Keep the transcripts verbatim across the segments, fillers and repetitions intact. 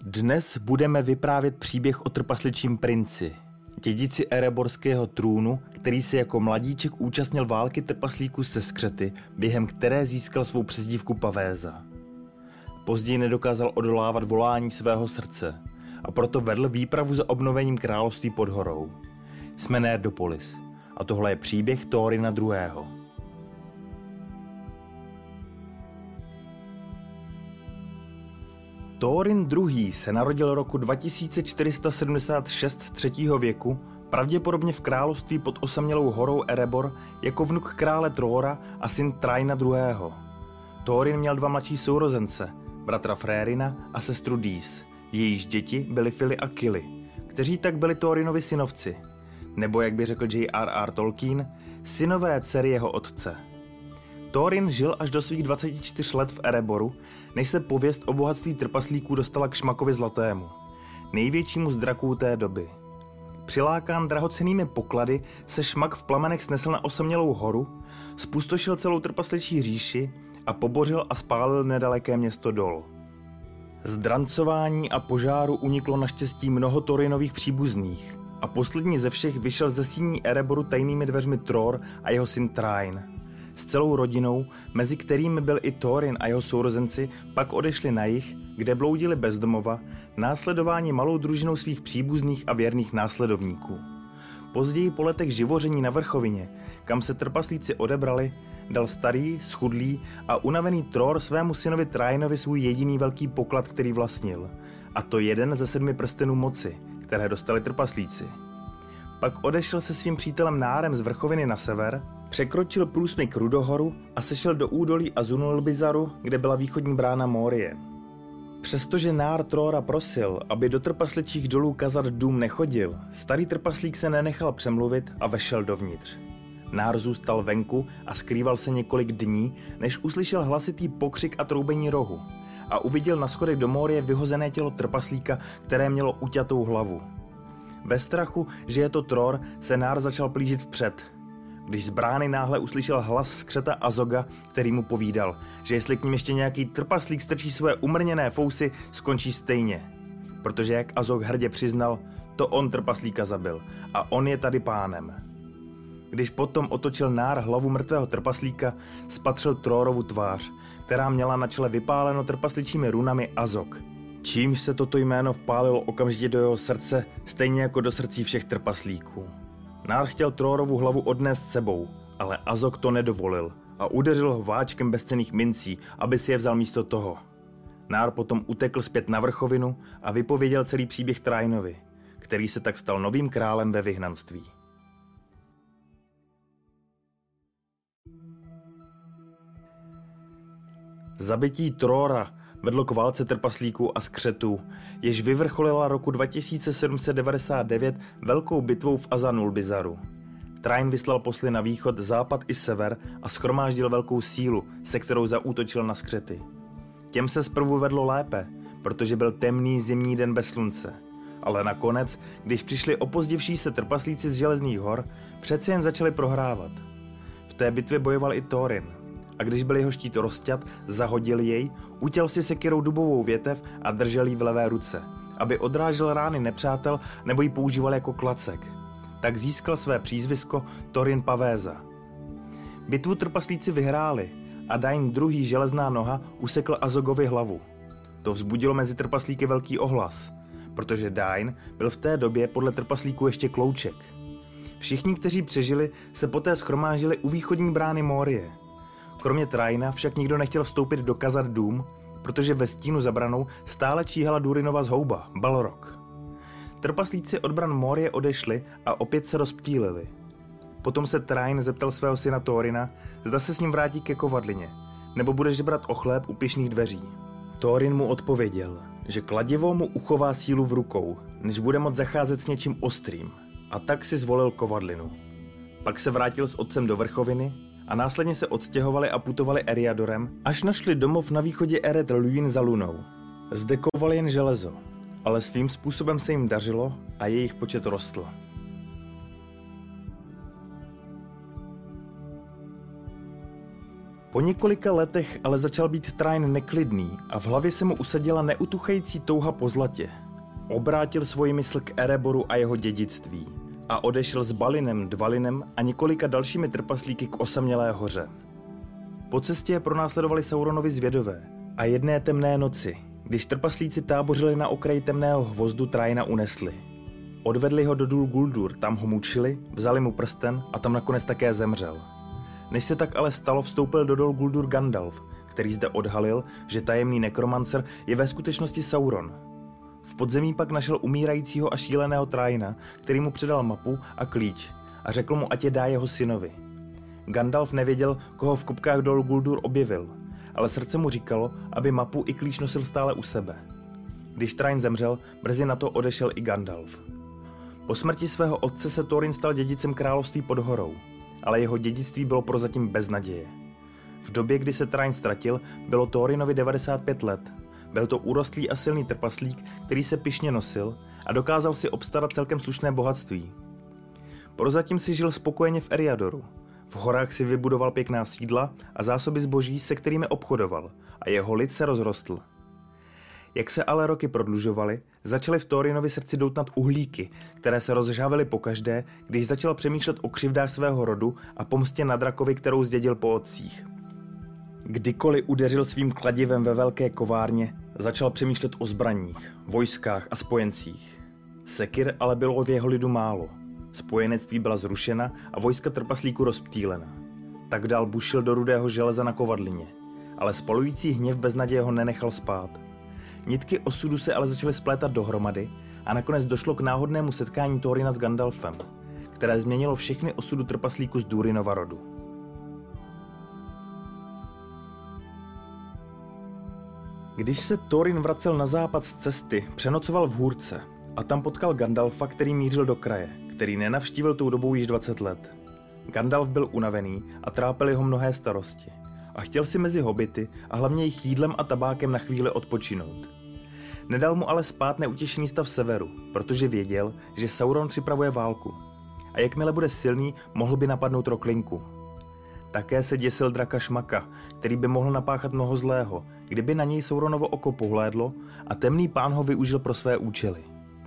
Dnes budeme vyprávět příběh o trpasličím princi, dědici ereborského trůnu, který se jako mladíček účastnil války trpaslíků se skřety, během které získal svou přezdívku Pavéza. Později nedokázal odolávat volání svého srdce a proto vedl výpravu za obnovením království pod horou. Jsme Nerdopolis a tohle je příběh Thorina druhého. Thorin druhý. se narodil roku dva tisíce čtyři sta sedmdesát šest třetího věku, pravděpodobně v království pod osamělou horou Erebor, jako vnuk krále Tróra a syn Traina druhého. Thorin měl dva mladší sourozence, bratra Frérina a sestru Dís. Jejíž děti byly Fili a Kili, kteří tak byli Thorinovi synovci, nebo jak by řekl J R R Tolkien, synové dcery jeho otce. Thorin žil až do svých dvaceti čtyř let v Ereboru, než se pověst o bohatství trpaslíků dostala k Šmakovi Zlatému, největšímu z draků té doby. Přilákán drahocennými poklady se Šmak v plamenech snesl na osamělou horu, zpustošil celou trpasličí říši a pobořil a spálil nedaleké město Dol. Z drancování a požáru uniklo naštěstí mnoho Thorinových příbuzných a poslední ze všech vyšel ze síní Ereboru tajnými dveřmi Trór a jeho syn Thrain. S celou rodinou, mezi kterými byl i Thorin a jeho sourozenci, pak odešli na jih, kde bloudili bez domova, následováni malou družinou svých příbuzných a věrných následovníků. Později po letech živoření na vrchovině, kam se trpaslíci odebrali, dal starý, schudlý a unavený Trór svému synovi Thrainovi svůj jediný velký poklad, který vlastnil, a to jeden ze sedmi prstenů moci, které dostali trpaslíci. Pak odešel se svým přítelem Nárem z vrchoviny na sever, překročil průsmyk Rudohoru a sešel do údolí Azunulbizaru, kde byla východní brána Morie. Přestože Nár Tróra prosil, aby do trpasličích dolů kazat dům nechodil, starý trpaslík se nenechal přemluvit a vešel dovnitř. Nár zůstal venku a skrýval se několik dní, než uslyšel hlasitý pokřik a troubení rohu a uviděl na schodech do Morie vyhozené tělo trpaslíka, které mělo uťatou hlavu. Ve strachu, že je to Trór, se Nár začal plížit vpřed, když z brány náhle uslyšel hlas skřeta Azoga, který mu povídal, že jestli k ním ještě nějaký trpaslík strčí své umrněné fousy, skončí stejně. Protože jak Azog hrdě přiznal, to on trpaslíka zabil a on je tady pánem. Když potom otočil Nár hlavu mrtvého trpaslíka, spatřil Trórovu tvář, která měla na čele vypáleno trpasličími runami Azog. Čímž se toto jméno vpálilo okamžitě do jeho srdce, stejně jako do srdcí všech trpaslíků. Nár chtěl Trórovu hlavu odnést sebou, ale Azog to nedovolil a udeřil ho váčkem bezcenných mincí, aby si je vzal místo toho. Nár potom utekl zpět na vrchovinu a vypověděl celý příběh Thrainovi, který se tak stal novým králem ve vyhnanství. Zabití Tróra vedlo k válce trpaslíků a skřetů, jež vyvrcholila roku dva tisíce sedm set devadesát devět velkou bitvou v Azanulbizaru. Thrain vyslal posly na východ, západ i sever a shromáždil velkou sílu, se kterou zaútočil na skřety. Těm se zprvu vedlo lépe, protože byl temný zimní den bez slunce. Ale nakonec, když přišli opozdivší se trpaslíci z Železných hor, přece jen začali prohrávat. V té bitvě bojoval i Thorin. A když byl jeho štít rozťat, zahodil jej, utěl si sekyrou dubovou větev a držel ji v levé ruce, aby odrážel rány nepřátel nebo ji používal jako klacek. Tak získal své přízvisko Thorin Pavéza. Bitvu trpaslíci vyhráli a Dain druhý železná noha usekl Azogovi hlavu. To vzbudilo mezi trpaslíky velký ohlas, protože Dain byl v té době podle trpaslíků ještě klouček. Všichni, kteří přežili, se poté shromáždili u východní brány Morie. Kromě Thraina však nikdo nechtěl vstoupit do kazat dům, protože ve stínu za branou stále číhala Durinova zhouba, Balrog. Trpaslíci od bran Morie odešli a opět se rozptýlili. Potom se Thrain zeptal svého syna Thorina, zda se s ním vrátí ke kovadlině, nebo bude žebrat o chléb u pyšných dveří. Thorin mu odpověděl, že kladivo mu uchová sílu v rukou, než bude moct zacházet s něčím ostrým, a tak si zvolil kovadlinu. Pak se vrátil s otcem do vrchoviny a následně se odstěhovali a putovali Eriadorem, až našli domov na východě Eret Luin za lunou. Zde kovali jen železo, ale svým způsobem se jim dařilo a jejich počet rostl. Po několika letech ale začal být Thrain neklidný a v hlavě se mu usadila neutuchající touha po zlatě. Obrátil svoji mysl k Ereboru a jeho dědictví a odešel s Balinem, Dvalinem a několika dalšími trpaslíky k osamělé hoře. Po cestě je pronásledovali Sauronovi zvědové a jedné temné noci, když trpaslíci tábořili na okraji temného hvozdu, Thraina unesli. Odvedli ho do Dol Guldur, tam ho mučili, vzali mu prsten a tam nakonec také zemřel. Než se tak ale stalo, vstoupil do Dol Guldur Gandalf, který zde odhalil, že tajemný nekromancer je ve skutečnosti Sauron. V podzemí pak našel umírajícího a šíleného Thraina, který mu předal mapu a klíč a řekl mu, ať je dá jeho synovi. Gandalf nevěděl, koho v kopkách Dol Guldur objevil, ale srdce mu říkalo, aby mapu i klíč nosil stále u sebe. Když Thrain zemřel, brzy na to odešel i Gandalf. Po smrti svého otce se Thorin stal dědicem království pod horou, ale jeho dědictví bylo prozatím bez naděje. V době, kdy se Thrain ztratil, bylo Thorinovi devadesát pět let. Byl to urostlý a silný trpaslík, který se pyšně nosil a dokázal si obstarat celkem slušné bohatství. Prozatím si žil spokojeně v Eriadoru. V horách si vybudoval pěkná sídla a zásoby zboží, se kterými obchodoval, a jeho lid se rozrostl. Jak se ale roky prodlužovaly, začaly v Thorinovi srdci doutnat uhlíky, které se rozžhavily pokaždé, když začal přemýšlet o křivdách svého rodu a pomstě na drakovi, kterou zdědil po otcích. Kdykoliv udeřil svým kladivem ve velké kovárně, začal přemýšlet o zbraních, vojskách a spojencích. Sekir ale bylo v jeho lidu málo. Spojenectví byla zrušena a vojska trpaslíků rozptýlena. Tak dál bušil do rudého železa na kovadlině, ale spalující hněv bez naděje ho nenechal spát. Nitky osudu se ale začaly splétat dohromady a nakonec došlo k náhodnému setkání Thorina s Gandalfem, které změnilo všechny osudu trpaslíků z Durinova rodu. Když se Thorin vracel na západ z cesty, přenocoval v hůrce a tam potkal Gandalfa, který mířil do kraje, který nenavštívil tou dobou již dvacet let. Gandalf byl unavený a trápily ho mnohé starosti a chtěl si mezi hobity a hlavně jejich jídlem a tabákem na chvíli odpočinout. Nedal mu ale spát neutěšený stav severu, protože věděl, že Sauron připravuje válku a jakmile bude silný, mohl by napadnout Roklinku. Také se děsil draka Šmaka, který by mohl napáchat mnoho zlého, kdyby na něj Sauronovo oko pohlédlo a temný pán ho využil pro své účely.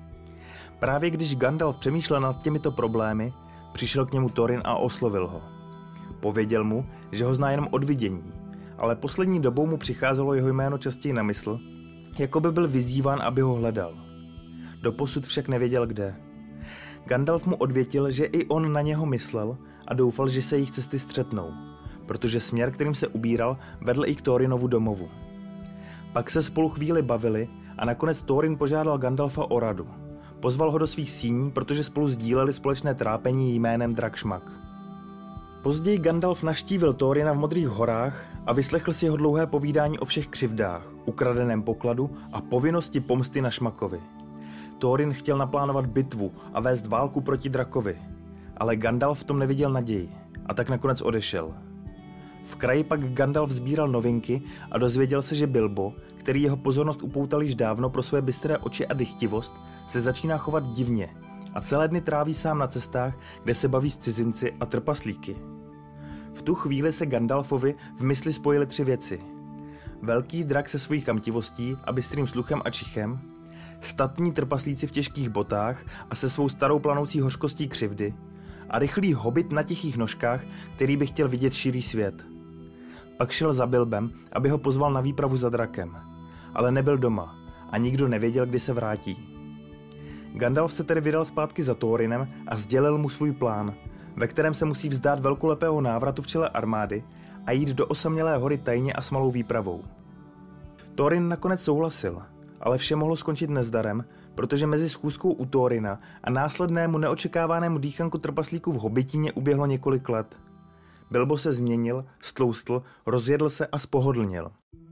Právě když Gandalf přemýšlel nad těmito problémy, přišel k němu Thorin a oslovil ho. Pověděl mu, že ho zná jenom od vidění, ale poslední dobou mu přicházelo jeho jméno častěji na mysl, jako by byl vyzýván, aby ho hledal. Doposud však nevěděl kde. Gandalf mu odvětil, že i on na něho myslel a doufal, že se jejich cesty střetnou, protože směr, kterým se ubíral, vedl i k Thorinovu domovu. Pak se spolu chvíli bavili a nakonec Thorin požádal Gandalfa o radu. Pozval ho do svých síní, protože spolu sdíleli společné trápení jménem Drak Šmak. Později Gandalf navštívil Thorina v Modrých horách a vyslechl si jeho dlouhé povídání o všech křivdách, ukradeném pokladu a povinnosti pomsty na Šmakovi. Thorin chtěl naplánovat bitvu a vést válku proti drakovi, ale Gandalf v tom neviděl naději a tak nakonec odešel. V kraji pak Gandalf sbíral novinky a dozvěděl se, že Bilbo, který jeho pozornost upoutal již dávno pro své bystré oči a dychtivost, se začíná chovat divně a celé dny tráví sám na cestách, kde se baví s cizinci a trpaslíky. V tu chvíli se Gandalfovi v mysli spojily tři věci. Velký drak se svojí chamtivostí a bystrým sluchem a čichem, statní trpaslíci v těžkých botách a se svou starou planoucí hořkostí křivdy a rychlý hobit na tichých nožkách, který by chtěl vidět širý svět. Pak šel za Bilbem, aby ho pozval na výpravu za drakem, ale nebyl doma a nikdo nevěděl, kdy se vrátí. Gandalf se tedy vydal zpátky za Thorinem a sdělil mu svůj plán, ve kterém se musí vzdát velkolepého návratu v čele armády a jít do osamělé hory tajně a s malou výpravou. Thorin nakonec souhlasil, ale vše mohlo skončit nezdarem, protože mezi schůzkou u Thorina a následnému neočekávanému dýchanku trpaslíků v Hobitině uběhlo několik let. Bilbo se změnil, stloustl, rozjedl se a spohodlnil.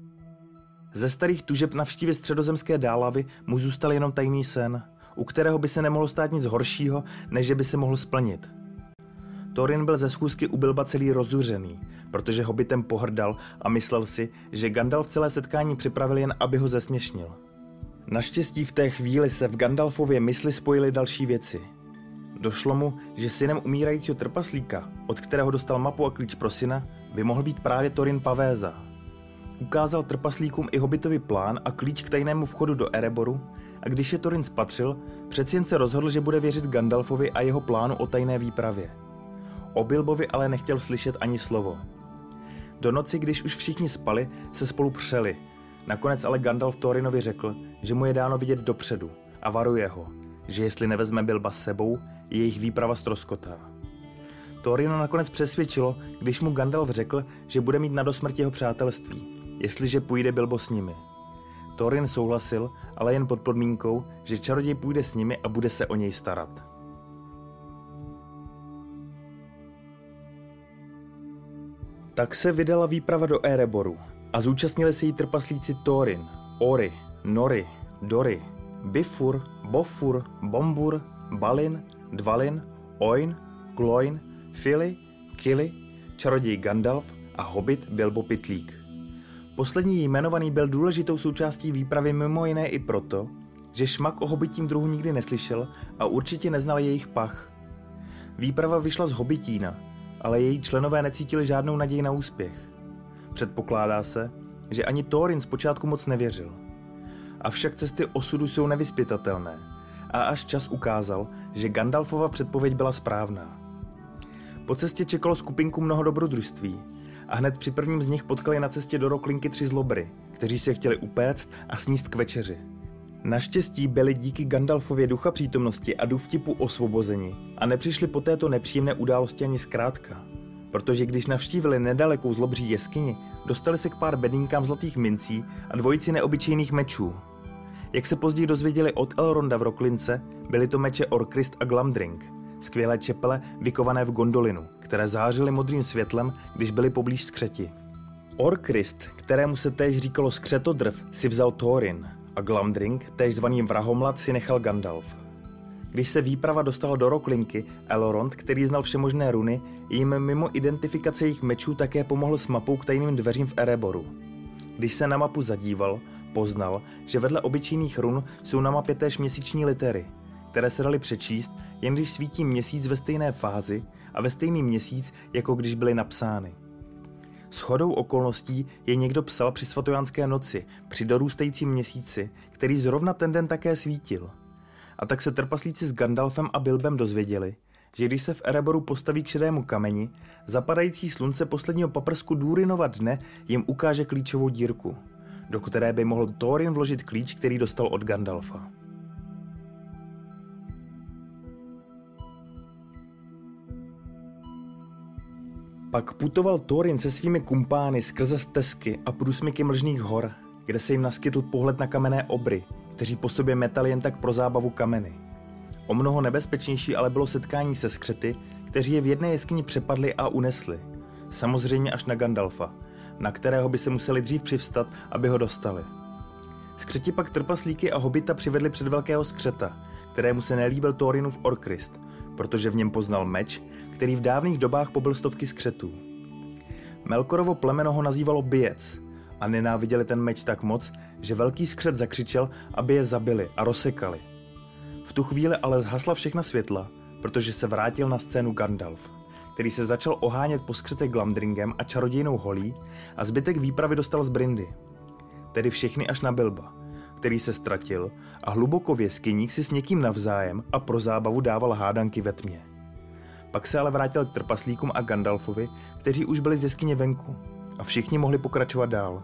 Ze starých tužeb navštívit středozemské dálavy mu zůstal jenom tajný sen, u kterého by se nemohlo stát nic horšího, než že by se mohl splnit. Thorin byl ze schůzky u Bilba celý rozuřený, protože hobitem pohrdal a myslel si, že Gandalf celé setkání připravil jen, aby ho zesměšnil. Naštěstí v té chvíli se v Gandalfově mysli spojily další věci. Došlo mu, že synem umírajícího trpaslíka, od kterého dostal mapu a klíč pro syna, by mohl být právě Thorin Pavéza. Ukázal trpaslíkům i Hobbitovi plán a klíč k tajnému vchodu do Ereboru a když je Thorin spatřil, přeci jen se rozhodl, že bude věřit Gandalfovi a jeho plánu o tajné výpravě. O Bilbovi ale nechtěl slyšet ani slovo. Do noci, když už všichni spali, se spolu přeli. Nakonec ale Gandalf Thorinovi řekl, že mu je dáno vidět dopředu a varuje ho, že jestli nevezme Bilba s sebou, jejich výprava ztroskotá. Thorina nakonec přesvědčilo, když mu Gandalf řekl, že bude mít na dosmrt jeho přátelství, jestliže půjde Bilbo s nimi. Thorin souhlasil, ale jen pod podmínkou, že čaroděj půjde s nimi a bude se o něj starat. Tak se vydala výprava do Ereboru a zúčastnili se jí trpaslíci Thorin, Ori, Nori, Dori, Bifur, Bofur, Bombur, Balin, Dvalin, Oin, Gloin, Fili, Kili, čaroděj Gandalf a hobbit Bilbo Pytlík. Poslední jmenovaný byl důležitou součástí výpravy mimo jiné i proto, že šmak o hobbitím druhu nikdy neslyšel a určitě neznal jejich pach. Výprava vyšla z Hobbitína, ale její členové necítili žádnou naději na úspěch. Předpokládá se, že ani Thorin zpočátku moc nevěřil. Avšak cesty osudu jsou nevyzpytatelné a až čas ukázal, že Gandalfova předpověď byla správná. Po cestě čekalo skupinku mnoho dobrodružství a hned při prvním z nich potkali na cestě do Roklinky tři zlobry, kteří se chtěli upéct a sníst k večeři. Naštěstí byli díky Gandalfově ducha přítomnosti a důvtipu osvobozeni a nepřišli po této nepříjemné události ani zkrátka, protože když navštívili nedalekou zlobří jeskyni, dostali se k pár bednínkám zlatých mincí a dvojici neobyčejných mečů. Jak se později dozvěděli od Elronda v Roklince, byly to meče Orcrist a Glamdring, skvělé čepele vykované v Gondolinu, které zářily modrým světlem, když byly poblíž skřeti. Orcrist, kterému se též říkalo skřetodrv, si vzal Thorin a Glamdring, též zvaný Vrahomlad, si nechal Gandalf. Když se výprava dostala do Roklinky, Elrond, který znal všemožné runy, jim mimo identifikace jejich mečů také pomohl s mapou k tajným dveřím v Ereboru. Když se na mapu zadíval, poznal, že vedle obyčejných run jsou na mapě též měsíční litery, které se daly přečíst, jen když svítí měsíc ve stejné fázi a ve stejný měsíc, jako když byly napsány. Shodou okolností je někdo psal při svatojánské noci, při dorůstajícím měsíci, který zrovna ten den také svítil. A tak se trpaslíci s Gandalfem a Bilbem dozvěděli, že když se v Ereboru postaví k šedému kameni, zapadající slunce posledního paprsku Dúrinova dne jim ukáže klíčovou dírku, do které by mohl Thorin vložit klíč, který dostal od Gandalfa. Pak putoval Thorin se svými kumpány skrze stezky a průsmyky mlžných hor, kde se jim naskytl pohled na kamenné obry, kteří po sobě metali jen tak pro zábavu kameny. O mnoho nebezpečnější ale bylo setkání se skřety, kteří je v jedné jeskyni přepadli a unesli. Samozřejmě až na Gandalfa, na kterého by se museli dřív přivstat, aby ho dostali. Skřeti pak trpaslíky a hobita přivedli před velkého skřeta, kterému se nelíbil Thorinův Orcrist, protože v něm poznal meč, který v dávných dobách pobyl stovky skřetů. Melkorovo plemeno ho nazývalo Bijec a nenáviděli ten meč tak moc, že velký skřet zakřičel, aby je zabili a rozsekali. V tu chvíli ale zhasla všechna světla, protože se vrátil na scénu Gandalf, který se začal ohánět po skřetech Glamdringem a čarodějnou holí a zbytek výpravy dostal z Brindy. Tedy všechny až na Bilba, který se ztratil a hluboko v jeskyních si s někým navzájem a pro zábavu dával hádanky ve tmě. Pak se ale vrátil k trpaslíkům a Gandalfovi, kteří už byli z jeskyně venku a všichni mohli pokračovat dál.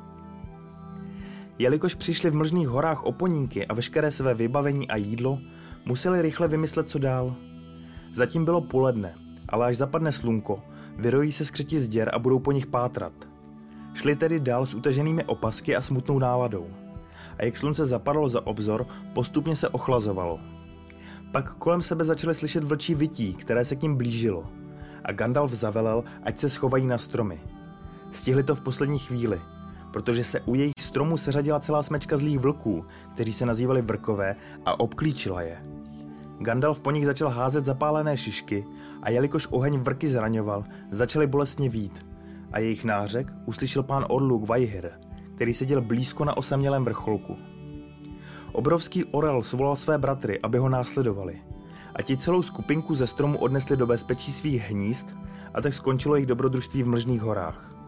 Jelikož přišli v mlžných horách oponíky a veškeré své vybavení a jídlo, museli rychle vymyslet, co dál. Zatím bylo poledne, ale až zapadne slunko, vyrojí se skřeti z děr a budou po nich pátrat. Šli tedy dál s utaženými opasky a smutnou náladou. A jak slunce zapadlo za obzor, postupně se ochlazovalo. Pak kolem sebe začali slyšet vlčí vytí, které se k ním blížilo. A Gandalf zavelel, ať se schovají na stromy. Stihli to v poslední chvíli, protože se u jejich stromů seřadila celá smečka zlých vlků, kteří se nazývali Vrkové, a obklíčila je. Gandalf po nich začal házet zapálené šišky a jelikož oheň vrky zraňoval, začali bolestně vít. A jejich nářek uslyšel pán orlů Gwaihir, který seděl blízko na osamělém vrcholku. Obrovský orel svolal své bratry, aby ho následovali. A ti celou skupinku ze stromu odnesli do bezpečí svých hnízd a tak skončilo jejich dobrodružství v mlžných horách.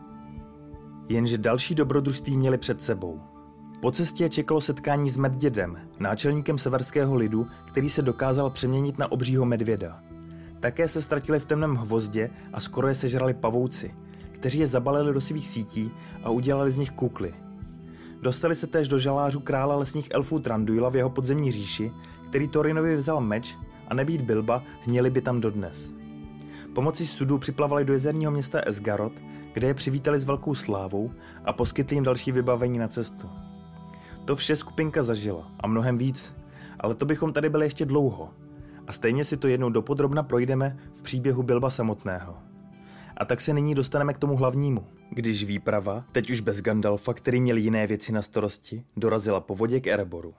Jenže další dobrodružství měli před sebou. Po cestě čekalo setkání s Medvědem, náčelníkem severského lidu, který se dokázal přeměnit na obřího medvěda. Také se ztratili v temném hvozdě a skoro je sežrali pavouci, kteří je zabalili do svých sítí a udělali z nich kukly. Dostali se též do žalářů krále lesních elfů Tranduila v jeho podzemní říši, který Thorinovi vzal meč a nebýt Bilba, hněli by tam dodnes. Pomocí sudů připlavali do jezerního města Esgaroth, kde je přivítali s velkou slávou a poskytli jim další vybavení na cestu. To vše skupinka zažila a mnohem víc, ale to bychom tady byli ještě dlouho. A stejně si to jednou dopodrobna projdeme v příběhu Bilba samotného. A tak se nyní dostaneme k tomu hlavnímu. Když výprava, teď už bez Gandalfa, který měl jiné věci na starosti, dorazila po vodě k Ereboru.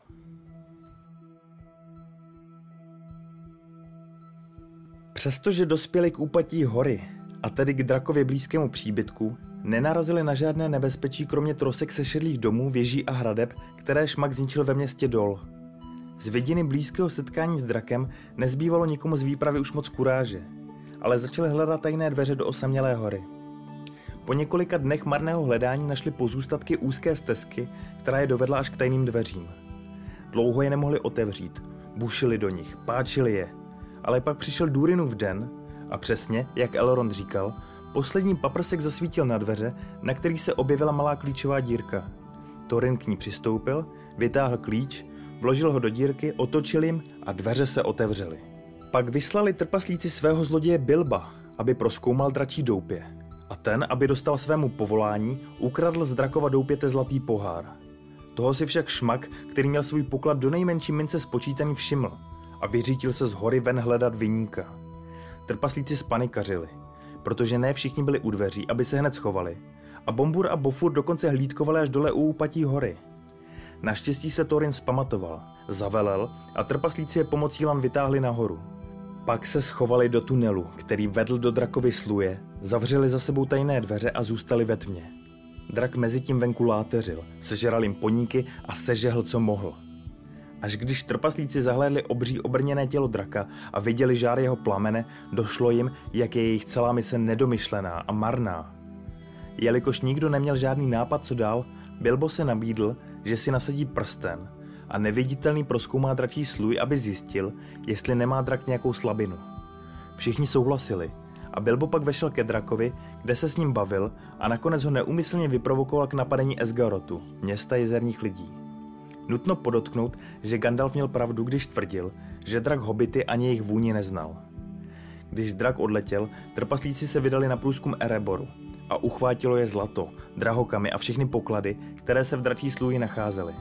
Přestože dospěli k úpatí hory, a tedy k drakově blízkému příbytku, nenarazili na žádné nebezpečí kromě trosek sešedlých domů, věží a hradeb, které Šmak zničil ve městě Dol. Z vidiny blízkého setkání s drakem nezbývalo nikomu z výpravy už moc kuráže, ale začali hledat tajné dveře do osamělé hory. Po několika dnech marného hledání našli pozůstatky úzké stezky, která je dovedla až k tajným dveřím. Dlouho je nemohli otevřít, bušili do nich, páčili je, ale pak přišel Durinův den a přesně, jak Elrond říkal, poslední paprsek zasvítil na dveře, na kterých se objevila malá klíčová dírka. Thorin k ní přistoupil, vytáhl klíč, vložil ho do dírky, otočil jim a dveře se otevřely. Pak vyslali trpaslíci svého zloděje Bilba, aby prozkoumal dračí doupě. A ten, aby dostal svému povolání, ukradl z drakova doupěte zlatý pohár. Toho si však Šmak, který měl svůj poklad do nejmenší mince spočítaný, všiml a vyřítil se z hory ven hledat viníka. Trpaslíci spanikařili, protože ne všichni byli u dveří, aby se hned schovali, a Bombur a Bofur dokonce hlídkovali až dole u úpatí hory. Naštěstí se Thorin zpamatoval, zavelel a trpaslíci je pomocí lan vytáhli nahoru. Pak se schovali do tunelu, který vedl do drakovy sluje, zavřeli za sebou tajné dveře a zůstali ve tmě. Drak mezi tím venku láteřil, sežral jim poníky a sežehl, co mohl. Až když trpaslíci zahlédli obří obrněné tělo draka a viděli žár jeho plamene, došlo jim, jak je jejich celá mise nedomyšlená a marná. Jelikož nikdo neměl žádný nápad, co dál, Bilbo se nabídl, že si nasadí prsten a neviditelný prozkoumá dračí slůj, aby zjistil, jestli nemá drak nějakou slabinu. Všichni souhlasili a Bilbo pak vešel ke drakovi, kde se s ním bavil a nakonec ho neúmyslně vyprovokoval k napadení Esgarothu, města jezerních lidí. Nutno podotknout, že Gandalf měl pravdu, když tvrdil, že drak hobity ani jejich vůni neznal. Když drak odletěl, trpaslíci se vydali na průzkum Ereboru a uchvátilo je zlato, drahokamy a všechny poklady, které se v dračí slůji nacházely.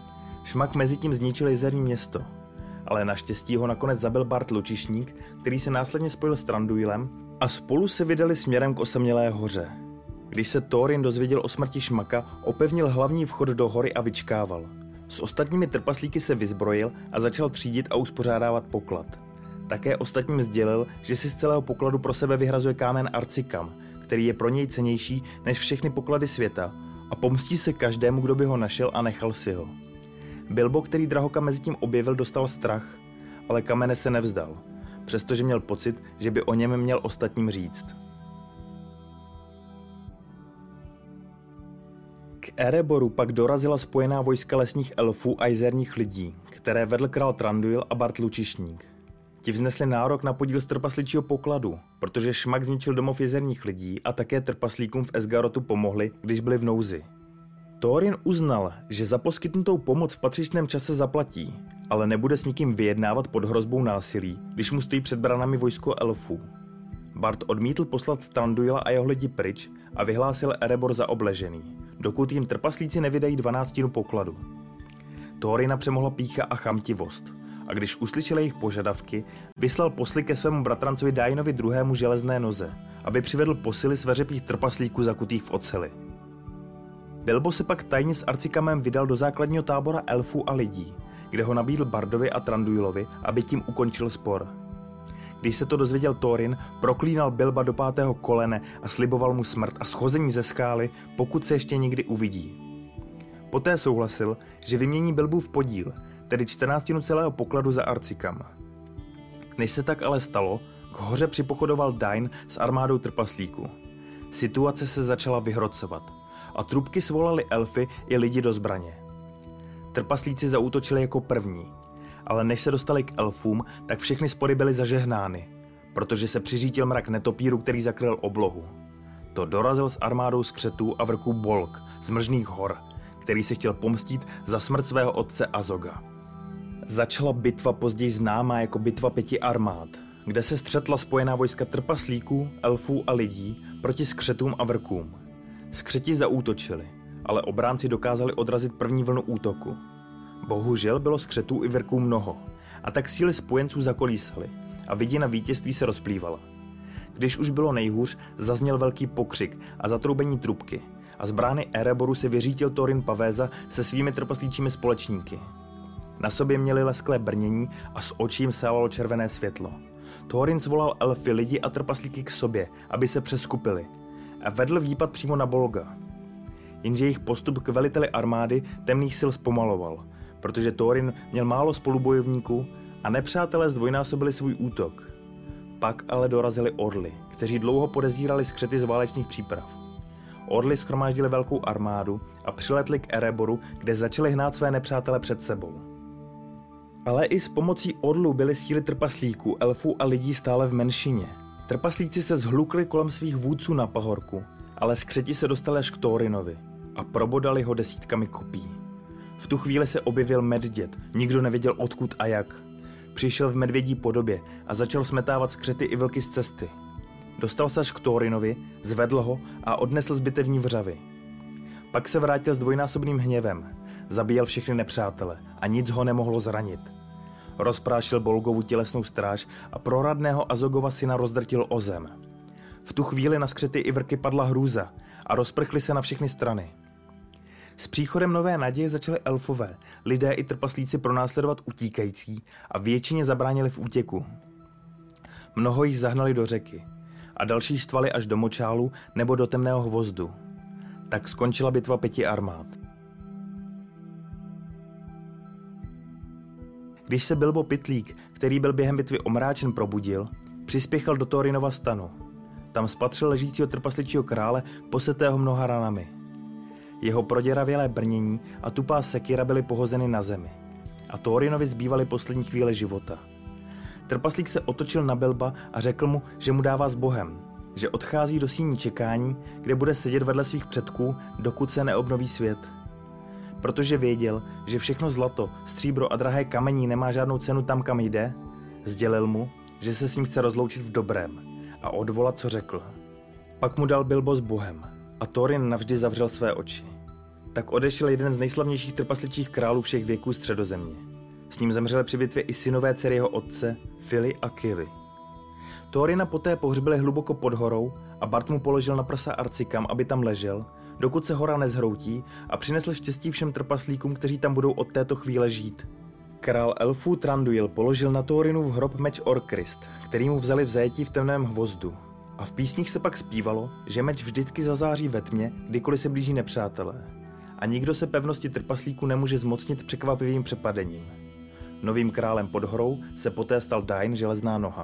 Šmak mezitím zničil jezerní město, ale naštěstí ho nakonec zabil Bart Lučišník, který se následně spojil s Tranduilem a spolu se vydali směrem k osamělé hoře. Když se Thorin dozvěděl o smrti Šmaka, opevnil hlavní vchod do hory a vyčkával. S ostatními trpaslíky se vyzbrojil a začal třídit a uspořádávat poklad. Také ostatním sdělil, že si z celého pokladu pro sebe vyhrazuje kámen Arcikam, který je pro něj cennější než všechny poklady světa, a pomstí se každému, kdo by ho našel a nechal si ho. Bilbo, který drahokam mezitím objevil, dostal strach, ale kamene se nevzdal, přestože měl pocit, že by o něm měl ostatním říct. K Ereboru pak dorazila spojená vojska lesních elfů a jezerních lidí, které vedl král Tranduil a Bart Lučišník. Ti vznesli nárok na podíl z trpasličího pokladu, protože Šmak zničil domov jezerních lidí a také trpaslíkům v Esgarothu pomohli, když byli v nouzi. Thorin uznal, že za poskytnutou pomoc v patřičném čase zaplatí, ale nebude s nikým vyjednávat pod hrozbou násilí, když mu stojí před branami vojsko elfů. Bart odmítl poslat Tranduila a jeho lidi pryč a vyhlásil Erebor za obležený, dokud jim trpaslíci nevydají dvanáctinu pokladu. Thorina přemohla pýcha a chamtivost, a když uslyšel jejich požadavky, vyslal posly ke svému bratrancovi Dainovi druhému železné noze, aby přivedl posily sveřepých trpaslíků zakutých v oceli. Bilbo se pak tajně s Arcikamem vydal do základního tábora elfů a lidí, kde ho nabídl Bardovi a Tranduilovi, aby tím ukončil spor. Když se to dozvěděl Thorin, proklínal Bilba do pátého kolene a sliboval mu smrt a schození ze skály, pokud se ještě někdy uvidí. Poté souhlasil, že vymění Bilbův podíl, tedy čtrnáctinu celého pokladu za Arcikam. Než se tak ale stalo, k hoře připochodoval Dain s armádou trpaslíků. Situace se začala vyhrocovat a trubky svolali elfy i lidi do zbraně. Trpaslíci zaútočili jako první, ale než se dostali k elfům, tak všechny spory byly zažehnány, protože se přiřítil mrak netopíru, který zakryl oblohu. To dorazil s armádou skřetů a vrků Bolg z Mlžných hor, který se chtěl pomstít za smrt svého otce Azoga. Začala bitva později známá jako bitva pěti armád, kde se střetla spojená vojska trpaslíků, elfů a lidí proti skřetům a vrkům. Skřeti zaútočili, ale obránci dokázali odrazit první vlnu útoku. Bohužel bylo skřetů i vrků mnoho, a tak síly spojenců zakolísaly a vidina vítězství se rozplývala. Když už bylo nejhůř, zazněl velký pokřik a zatroubení trubky a z brány Ereboru se vyřítil Thorin Pavéza se svými trpaslíčími společníky. Na sobě měli lesklé brnění a z očí jim sálalo červené světlo. Thorin zvolal elfy, lidi a trpaslíky k sobě, aby se přeskupili, a vedl výpad přímo na Bolga. Jenže jejich postup k veliteli armády temných sil zpomaloval, protože Thorin měl málo spolubojovníků a nepřátelé zdvojnásobili svůj útok. Pak ale dorazili orly, kteří dlouho podezírali skřety z válečných příprav. Orly shromáždili velkou armádu a přiletli k Ereboru, kde začali hnát své nepřátele před sebou. Ale i s pomocí orlů byly síly trpaslíků, elfů a lidí stále v menšině. Trpaslíci se zhlukli kolem svých vůdců na pahorku, ale skřeti se dostali až k Thorinovi a probodali ho desítkami kopí. V tu chvíli se objevil medvěd, nikdo nevěděl odkud a jak. Přišel v medvědí podobě a začal smetávat skřety i vlky z cesty. Dostal se až k Thorinovi, zvedl ho a odnesl z bitevní vřavy. Pak se vrátil s dvojnásobným hněvem, zabíjel všechny nepřátele a nic ho nemohlo zranit. Rozprášil Bolgovu tělesnou stráž a proradného Azogova syna rozdrtil o zem. V tu chvíli na skřety i vrky padla hrůza a rozprchly se na všechny strany. S příchodem nové naděje začali elfové, lidé i trpaslíci pronásledovat utíkající a většině zabránili v útěku. Mnoho jich zahnali do řeky a další štvali až do močálu nebo do temného hvozdu. Tak skončila bitva pěti armád. Když se Bilbo Pytlík, který byl během bitvy omráčen, probudil, přispěchal do Thorinova stanu. Tam spatřil ležícího trpasličího krále, posetého mnoha ranami. Jeho proděravělé brnění a tupá sekira byly pohozeny na zemi. A Thorinovi zbývaly poslední chvíle života. Trpaslík se otočil na Bilba a řekl mu, že mu dává s Bohem, že odchází do síní čekání, kde bude sedět vedle svých předků, dokud se neobnoví svět. Protože věděl, že všechno zlato, stříbro a drahé kamení nemá žádnou cenu tam, kam jde, sdělil mu, že se s ním chce rozloučit v dobrém a odvolat, co řekl. Pak mu dal Bilbo s Bohem a Thorin navždy zavřel své oči. Tak odešel jeden z nejslavnějších trpasličích králů všech věků Středozemě. S ním zemřeli při bitvě i synové dcery jeho otce, Fili a Kili. Thorina poté pohřbili hluboko pod horou a Bart mu položil na prsa arcikam, aby tam ležel, dokud se hora nezhroutí, a přinesl štěstí všem trpaslíkům, kteří tam budou od této chvíle žít. Král elfů Thranduil položil na Thorinův hrob meč Orcrist, který mu vzali v zajetí v temném hvozdu. A v písních se pak zpívalo, že meč vždycky zazáří ve tmě, kdykoliv se blíží nepřátelé. A nikdo se pevnosti trpaslíků nemůže zmocnit překvapivým přepadením. Novým králem pod horou se poté stal Dain železná noha.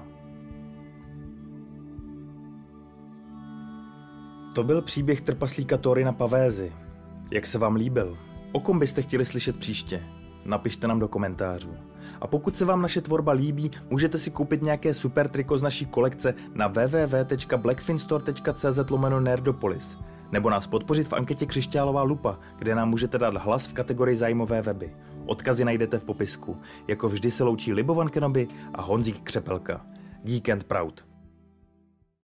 To byl příběh trpaslíka Thorina Pavézy. Jak se vám líbil? O kom byste chtěli slyšet příště? Napište nám do komentářů. A pokud se vám naše tvorba líbí, můžete si koupit nějaké super triko z naší kolekce na w w w tečka blackfinstore tečka c z lomeno nerdopolis nebo nás podpořit v anketě Křišťálová lupa, kde nám můžete dát hlas v kategorii zájmové weby. Odkazy najdete v popisku. Jako vždy se loučí Libovan Kenobi a Honzík Křepelka. Geek and Proud.